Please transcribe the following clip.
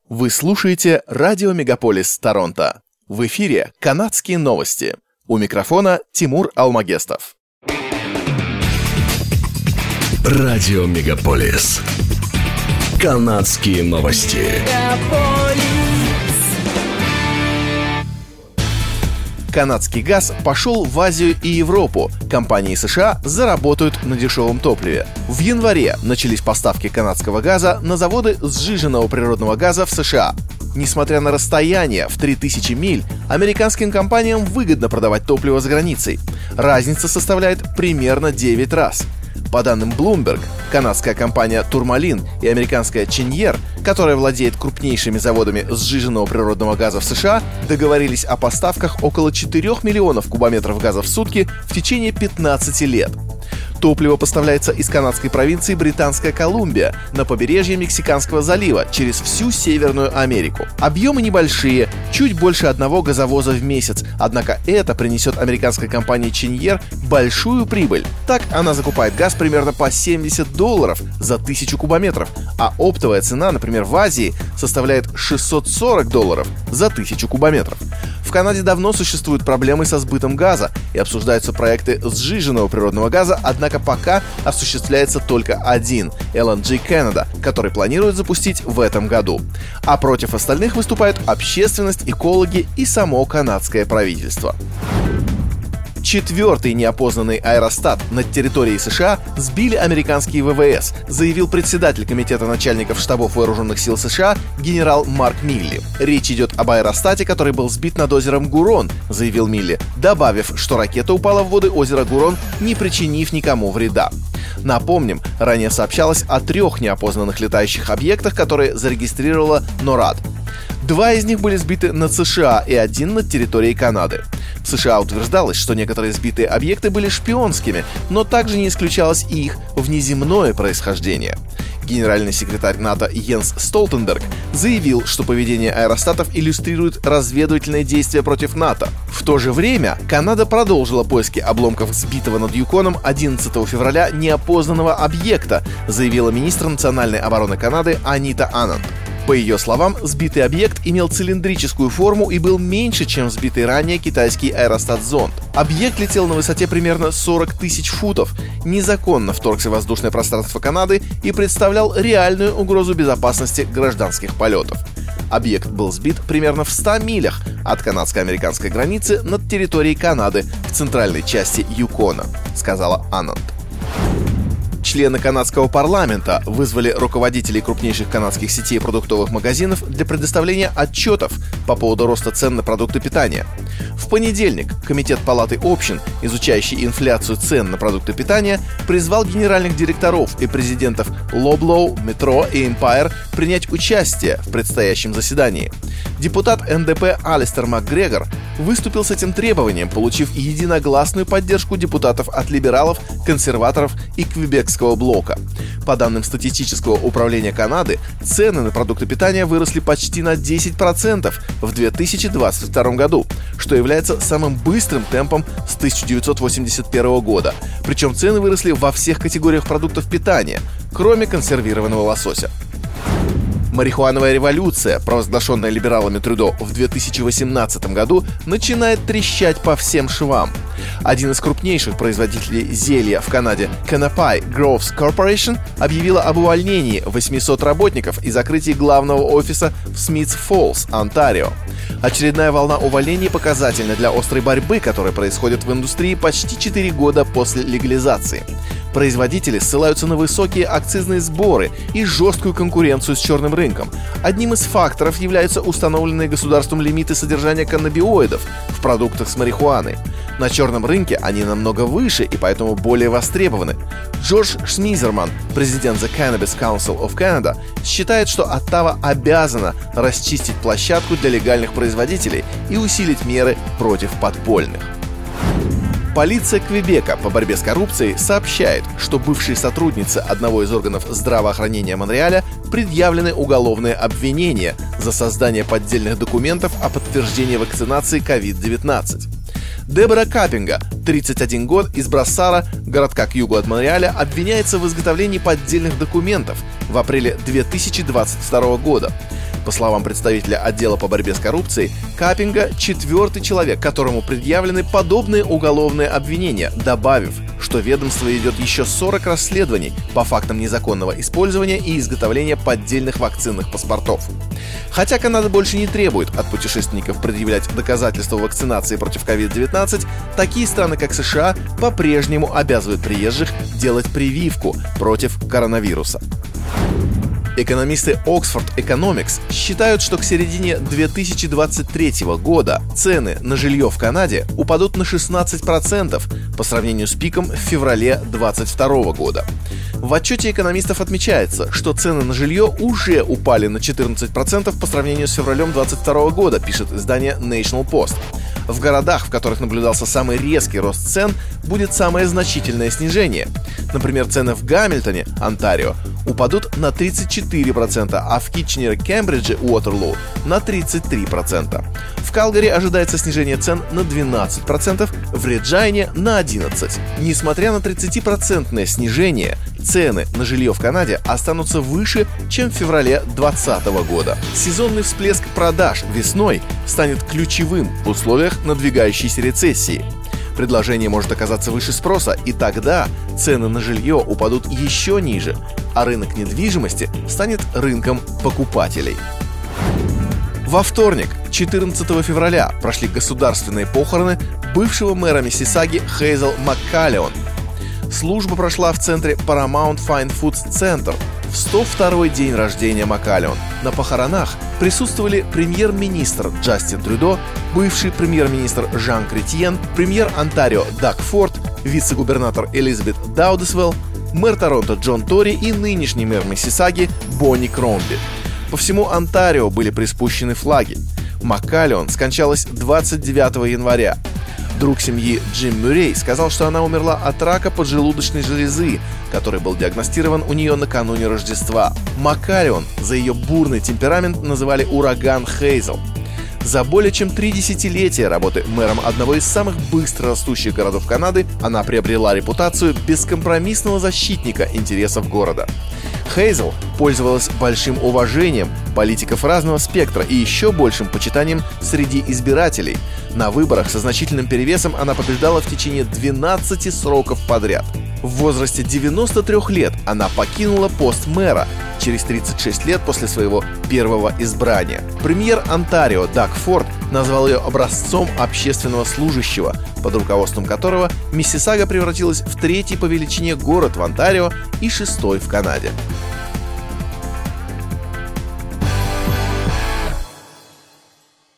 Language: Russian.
Вы слушаете радио Мегаполис Торонто. В эфире канадские новости. У микрофона Тимур Алмагестов. Радио Мегаполис. Канадские новости. Канадский газ пошел в Азию и Европу. Компании США заработают на дешевом топливе. В январе начались поставки канадского газа на заводы сжиженного природного газа в США. Несмотря на расстояние в 3000 миль, американским компаниям выгодно продавать топливо за границей. Разница составляет примерно 9 раз. По данным Bloomberg, канадская компания Tourmaline и американская Cheniere, которая владеет крупнейшими заводами сжиженного природного газа в США, договорились о поставках около 4 миллионов кубометров газа в сутки в течение 15 лет. Топливо поставляется из канадской провинции Британская Колумбия на побережье Мексиканского залива через всю Северную Америку. Объемы небольшие, чуть больше 1 газовоза в месяц, однако это принесет американской компании Cheniere большую прибыль. Так она закупает газ примерно по $70 за 1000 кубометров, а оптовая цена, например, в Азии составляет $640 за 1000 кубометров. В Канаде давно существуют проблемы со сбытом газа и обсуждаются проекты сжиженного природного газа, однако пока осуществляется только один – LNG Canada, который планируют запустить в этом году. А против остальных выступают общественность, экологи и само канадское правительство. 4-й неопознанный аэростат над территорией США сбили американские ВВС, заявил председатель Комитета начальников штабов вооруженных сил США генерал Марк Милли. Речь идет об аэростате, который был сбит над озером Гурон, заявил Милли, добавив, что ракета упала в воды озера Гурон, не причинив никому вреда. Напомним, ранее сообщалось о 3 неопознанных летающих объектах, которые зарегистрировала NORAD. 2 из них были сбиты над США и 1 над территорией Канады. В США утверждалось, что некоторые сбитые объекты были шпионскими, но также не исключалось и их внеземное происхождение. Генеральный секретарь НАТО Йенс Столтенберг заявил, что поведение аэростатов иллюстрирует разведывательные действия против НАТО. В то же время Канада продолжила поиски обломков сбитого над Юконом 11 февраля неопознанного объекта, заявила министр национальной обороны Канады Анита Ананд. По ее словам, сбитый объект имел цилиндрическую форму и был меньше, чем сбитый ранее китайский аэростат-зонд. Объект летел на высоте примерно 40 тысяч футов, незаконно вторгся в воздушное пространство Канады и представлял реальную угрозу безопасности гражданских полетов. Объект был сбит примерно в 100 милях от канадско-американской границы над территорией Канады в центральной части Юкона, сказала Ананд. Члены канадского парламента вызвали руководителей крупнейших канадских сетей продуктовых магазинов для предоставления отчетов по поводу роста цен на продукты питания. В понедельник Комитет Палаты общин, изучающий инфляцию цен на продукты питания, призвал генеральных директоров и президентов Loblaw, Metro и Empire принять участие в предстоящем заседании. Депутат НДП Алистер Макгрегор выступил с этим требованием, получив единогласную поддержку депутатов от либералов, консерваторов и Квебекского блока. По данным статистического управления Канады, цены на продукты питания выросли почти на 10% в 2022 году, что является самым быстрым темпом с 1981 года. Причем цены выросли во всех категориях продуктов питания, кроме консервированного лосося. Марихуановая революция, провозглашенная либералами Трюдо в 2018 году, начинает трещать по всем швам. Один из крупнейших производителей зелья в Канаде, Canopy Groves Corporation, объявила об увольнении 800 работников и закрытии главного офиса в Смитс-Фоллс, Онтарио. Очередная волна увольнений показательна для острой борьбы, которая происходит в индустрии почти 4 года после легализации. Производители ссылаются на высокие акцизные сборы и жесткую конкуренцию с черным рынком. Одним из факторов являются установленные государством лимиты содержания каннабиоидов в продуктах с марихуаной. На черном рынке они намного выше и поэтому более востребованы. Джордж Шмизерман, президент The Cannabis Council of Canada, считает, что Оттава обязана расчистить площадку для легальных производителей и усилить меры против подпольных. Полиция Квебека по борьбе с коррупцией сообщает, что бывшей сотруднице одного из органов здравоохранения Монреаля предъявлены уголовные обвинения за создание поддельных документов о подтверждении вакцинации COVID-19. Дебора Каппинга, 31 год, из Брассара, городка к югу от Монреаля, обвиняется в изготовлении поддельных документов в апреле 2022 года. По словам представителя отдела по борьбе с коррупцией, Капинга – 4-й человек, которому предъявлены подобные уголовные обвинения, добавив, что ведомство ведет еще 40 расследований по фактам незаконного использования и изготовления поддельных вакцинных паспортов. Хотя Канада больше не требует от путешественников предъявлять доказательства вакцинации против COVID-19, такие страны, как США, по-прежнему обязывают приезжих делать прививку против коронавируса. Экономисты Oxford Economics считают, что к середине 2023 года цены на жилье в Канаде упадут на 16% по сравнению с пиком в феврале 2022 года. В отчете экономистов отмечается, что цены на жилье уже упали на 14% по сравнению с февралем 2022 года, пишет издание National Post. В городах, в которых наблюдался самый резкий рост цен, будет самое значительное снижение. Например, цены в Гамильтоне, Онтарио, упадут на 34%, а в Китченере, Кембридже, Уотерлоу на 33%. В Калгари ожидается снижение цен на 12%, в Реджайне на 11%. Несмотря на 30% снижение, цены на жилье в Канаде останутся выше, чем в феврале 2020 года. Сезонный всплеск продаж весной станет ключевым в условиях надвигающейся рецессии. Предложение может оказаться выше спроса, и тогда цены на жилье упадут еще ниже, а рынок недвижимости станет рынком покупателей. Во вторник, 14 февраля, прошли государственные похороны бывшего мэра Миссисаги Хейзел МакКаллион. Служба прошла в центре Paramount Fine Foods Center в 102-й день рождения МакКаллион. На похоронах присутствовали премьер-министр Джастин Трюдо, бывший премьер-министр Жан Кретьен, премьер Онтарио Даг Форд, вице-губернатор Элизабет Даудесвелл, мэр Торонто Джон Тори и нынешний мэр Миссисаги Бонни Кромби. По всему Онтарио были приспущены флаги. МакКаллион скончалась 29 января. Друг семьи Джим Мюррей сказал, что она умерла от рака поджелудочной железы, который был диагностирован у нее накануне Рождества. МакКаллион за ее бурный темперамент называли «ураган Хейзел». За более чем 3 десятилетия работы мэром одного из самых быстро растущих городов Канады она приобрела репутацию бескомпромиссного защитника интересов города. Хейзел пользовалась большим уважением политиков разного спектра и еще большим почитанием среди избирателей. На выборах со значительным перевесом она побеждала в течение 12 сроков подряд. В возрасте 93 лет она покинула пост мэра через 36 лет после своего первого избрания. Премьер Онтарио Даг Форд назвал ее образцом общественного служащего, под руководством которого Миссисага превратилась в 3-й по величине город в Онтарио и 6-й в Канаде.